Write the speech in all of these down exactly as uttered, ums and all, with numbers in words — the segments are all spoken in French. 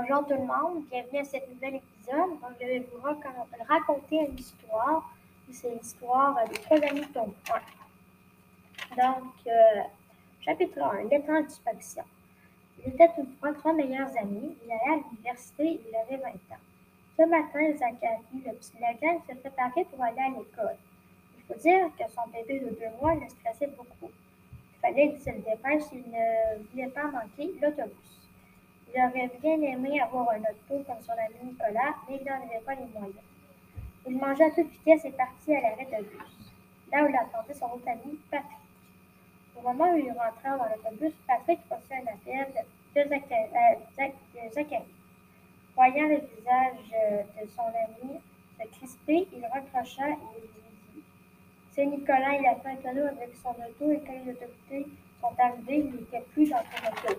Bonjour tout le monde, bienvenue à cet nouvel épisode. Donc, je vais vous racon- raconter une histoire. C'est l'histoire des trois amis tome un. Donc, euh, chapitre un, l'étrange disparition. Ils étaient une fois trois meilleurs amis. Ils allaient à l'université et il avait vingt ans. Ce matin, Zachary, le petit Lagan, se préparait pour aller à l'école. Il faut dire que son bébé de deux mois le stressait beaucoup. Il fallait qu'il se dépêche s'il ne voulait pas manquer l'autobus. Il aurait bien aimé avoir un auto comme son ami Nicolas, mais il n'en avait pas les moyens. Il mangeait à toute vitesse et partit à l'arrêt de bus, là où l'attendait son autre ami, Patrick. Au moment où il rentrait dans l'autobus, Patrick reçut un appel de Zachary. Euh, de Zachary. Voyant le visage euh, de son ami se crisper, il raccrocha et lui dit C'est Nicolas, il a fait un cadeau avec son auto et quand les autorités sont arrivées, il n'était plus dans son auto.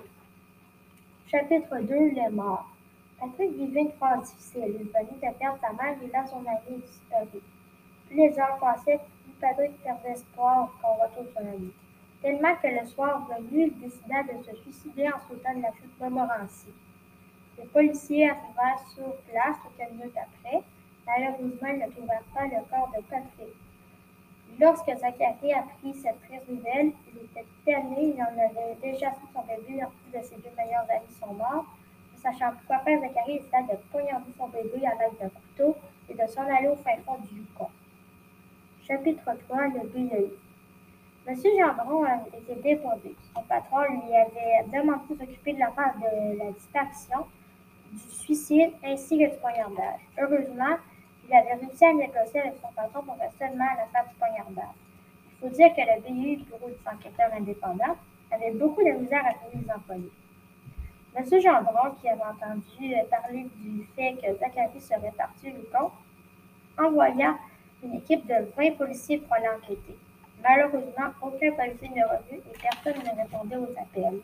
Chapitre deux, les morts. Patrick vivait une phase difficile. Il venait de perdre sa mère et là son ami disparu. Plus les heures passaient, plus Patrick perdait espoir qu'on retrouve son ami. Tellement que le soir venu, il décida de se suicider en sautant de la chute Montmorency. Les policiers arrivèrent sur place quelques minutes après. Malheureusement, ils ne trouvèrent pas le corps de Patrick. Lorsque Zachary apprit cette triste nouvelle, il était étonné, il en avait déjà su son bébé en plus de ses deux meilleurs amis sont morts. Ne sachant plus quoi faire, Zachary décida de poignarder son bébé à l'aide d'un couteau et de s'en aller au fin fond du Yukon. Chapitre trois, le B I. Monsieur Gendron était débordé. Son patron lui avait demandé de s'occuper de l'affaire de la disparition, du suicide ainsi que du poignardage. Heureusement, il avait réussi à négocier avec son patron pour faire seulement l'affaire du poignardage. Il faut dire que le B I U, Bureau des enquêteurs indépendants, avait beaucoup de misère à trouver les employés. Monsieur Gendron, qui avait entendu parler du fait que Zachary serait parti au Yukon, envoya une équipe de vingt policiers pour aller enquêter. Malheureusement, aucun policier n'est revenu et personne ne répondait aux appels.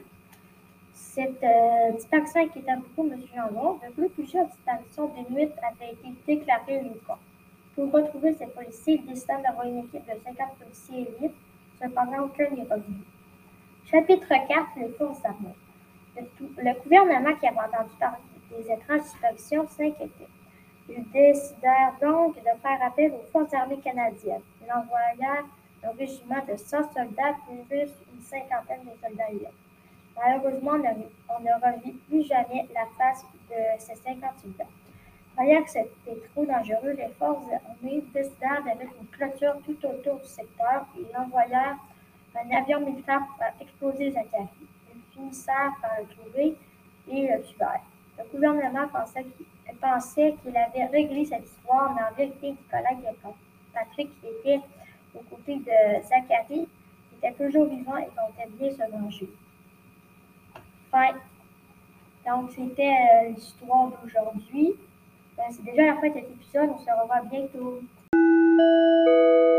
Cette euh, disparition inquiéta beaucoup M. Gendron. De plus, plusieurs disparitions d'inuits avaient été déclarées au Yukon. Pour retrouver ces policiers, il décida d'envoyer une équipe de cinquante policiers élites. Cependant, aucun n'est revenu. Chapitre quatre, les forces armées. Le, le gouvernement qui avait entendu parler des étranges disparitions s'inquiétait. Ils décidèrent donc de faire appel aux forces armées canadiennes. Ils envoyèrent un régiment de cent soldats plus une cinquantaine de soldats U S. Malheureusement, on ne revit plus jamais la face de ces cinquante soldats. Voyant que c'était trop dangereux, les forces armées décidèrent de mettre une clôture tout autour du secteur et ils envoyèrent un avion militaire pour faire exploser Zachary. Ils finissèrent par le trouver et le tuèrent. Le gouvernement pensait qu'il, pensait qu'il avait réglé cette histoire, mais en vérité, Nicolas et Patrick étaient aux côtés de Zachary, qui était toujours vivant et comptait bien se venger. Fin. Donc, c'était euh, l'histoire d'aujourd'hui. Ben, c'est déjà la fin de cet épisode. On se revoit bientôt.